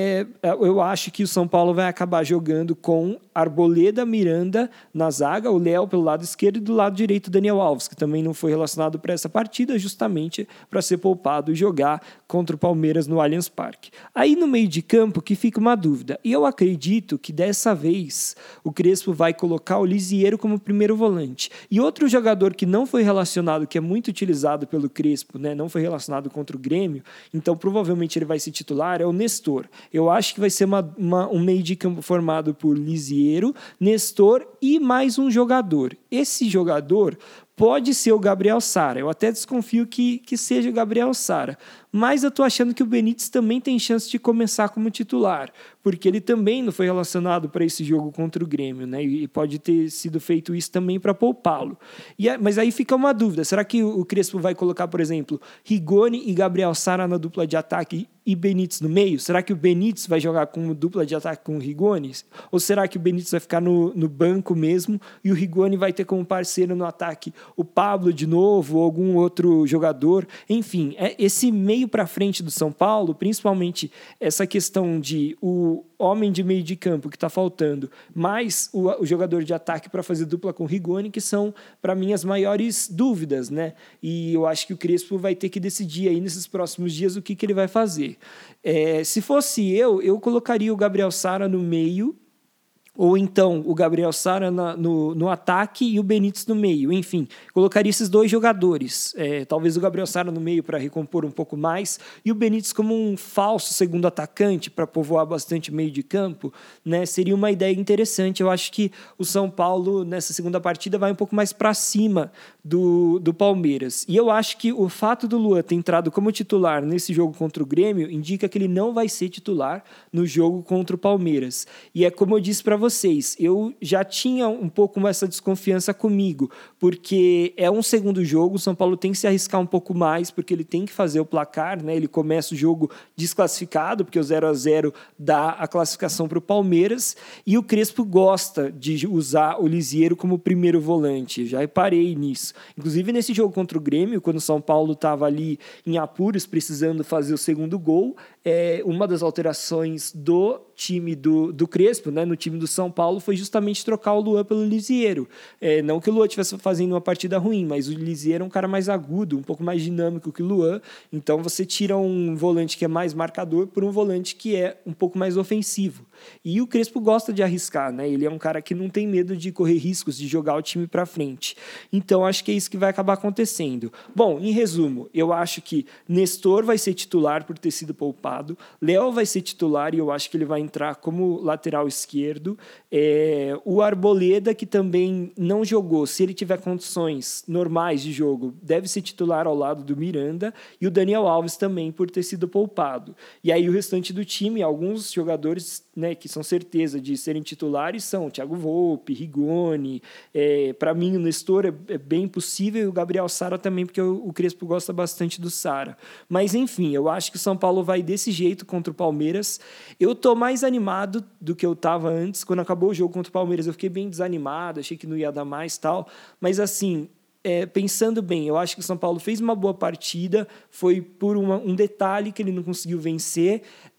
eu acho que o São Paulo vai acabar jogando com Arboleda, Miranda na zaga, o Léo pelo lado esquerdo e do lado direito o Daniel Alves, que também não foi relacionado para essa partida, justamente para ser poupado e jogar contra o Palmeiras no Allianz Parque. Aí no meio de campo que fica uma dúvida, e eu acredito que dessa vez o Crespo vai colocar o Lisieiro como primeiro volante. E outro jogador que não foi relacionado, que é muito utilizado pelo Crespo, né, não foi relacionado contra o Grêmio, então provavelmente ele vai ser titular, é o Nestor. Eu acho que vai ser um meio de campo formado por Lisieiro, Nestor e mais um jogador. Esse jogador pode ser o Gabriel Sara. Eu até desconfio que seja o Gabriel Sara. Mas eu estou achando que o Benítez também tem chance de começar como titular, porque ele também não foi relacionado para esse jogo contra o Grêmio, né? E pode ter sido feito isso também para poupá-lo. Mas aí fica uma dúvida, será que o Crespo vai colocar, por exemplo, Rigoni e Gabriel Sara na dupla de ataque e Benítez no meio? Será que o Benítez vai jogar como dupla de ataque com o Rigoni? Ou será que o Benítez vai ficar no banco mesmo e o Rigoni vai ter como parceiro no ataque o Pablo de novo ou algum outro jogador? Enfim, esse meio meio para frente do São Paulo, principalmente essa questão de o homem de meio de campo que está faltando, mais o jogador de ataque para fazer dupla com o Rigoni, que são, para mim, as maiores dúvidas, né? E eu acho que o Crespo vai ter que decidir aí nesses próximos dias o que ele vai fazer. Se fosse eu colocaria o Gabriel Sara no meio, ou então o Gabriel Sara no ataque e o Benítez no meio. Enfim, colocaria esses dois jogadores. Talvez o Gabriel Sara no meio para recompor um pouco mais e o Benítez como um falso segundo atacante para povoar bastante meio de campo, né? Seria uma ideia interessante. Eu acho que o São Paulo, nessa segunda partida, vai um pouco mais para cima do Palmeiras. E eu acho que o fato do Luan ter entrado como titular nesse jogo contra o Grêmio indica que ele não vai ser titular no jogo contra o Palmeiras. E é como eu disse para vocês, eu já tinha um pouco essa desconfiança comigo, porque é um segundo jogo, o São Paulo tem que se arriscar um pouco mais, porque ele tem que fazer o placar, né? Ele começa o jogo desclassificado, porque o 0-0 dá a classificação para o Palmeiras, e o Crespo gosta de usar o Lisieiro como primeiro volante, já reparei nisso. Inclusive nesse jogo contra o Grêmio, quando o São Paulo estava ali em apuros, precisando fazer o segundo gol, uma das alterações do time do Crespo, né, no time do São Paulo, foi justamente trocar o Luan pelo Lisieiro. Não que o Luan estivesse fazendo uma partida ruim, mas o Lisieiro é um cara mais agudo, um pouco mais dinâmico que o Luan, então você tira um volante que é mais marcador por um volante que é um pouco mais ofensivo. E o Crespo gosta de arriscar, né? Ele é um cara que não tem medo de correr riscos, de jogar o time para frente. Então, acho que é isso que vai acabar acontecendo. Bom, em resumo, eu acho que Nestor vai ser titular por ter sido poupado, Léo vai ser titular e eu acho que ele vai entrar como lateral esquerdo, o Arboleda, que também não jogou, se ele tiver condições normais de jogo, deve ser titular ao lado do Miranda, e o Daniel Alves também por ter sido poupado. E aí o restante do time, alguns jogadores, né, que são certeza de serem titulares são Thiago Volpi, Rigoni, para mim o Nestor é bem possível, e o Gabriel Sara também, porque o Crespo gosta bastante do Sara. Mas enfim, eu acho que o São Paulo vai desse jeito contra o Palmeiras. Eu tô mais animado do que eu estava antes. Quando acabou o jogo contra o Palmeiras, eu fiquei bem desanimado, achei que não ia dar mais tal, mas assim, pensando bem, eu acho que o São Paulo fez uma boa partida, foi por um detalhe que ele não conseguiu vencer.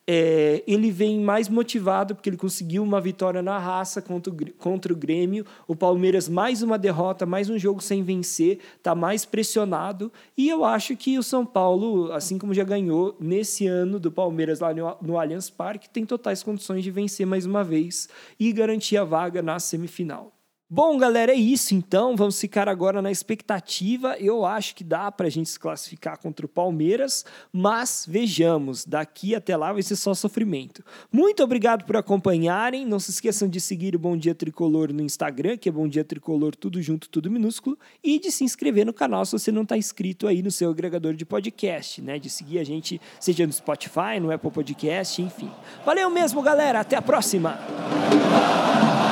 Ele vem mais motivado porque ele conseguiu uma vitória na raça contra o Grêmio. O Palmeiras, mais uma derrota, mais um jogo sem vencer, está mais pressionado, e eu acho que o São Paulo, assim como já ganhou nesse ano do Palmeiras lá no Allianz Parque, tem totais condições de vencer mais uma vez e garantir a vaga na semifinal. Bom, galera, é isso então, vamos ficar agora na expectativa. Eu acho que dá pra gente se classificar contra o Palmeiras, mas vejamos, daqui até lá vai ser só sofrimento. Muito obrigado por acompanharem, não se esqueçam de seguir o Bom Dia Tricolor no Instagram, que é Bom Dia Tricolor, tudo junto, tudo minúsculo, e de se inscrever no canal se você não está inscrito aí no seu agregador de podcast, né, de seguir a gente, seja no Spotify, no Apple Podcast, enfim. Valeu mesmo, galera, até a próxima!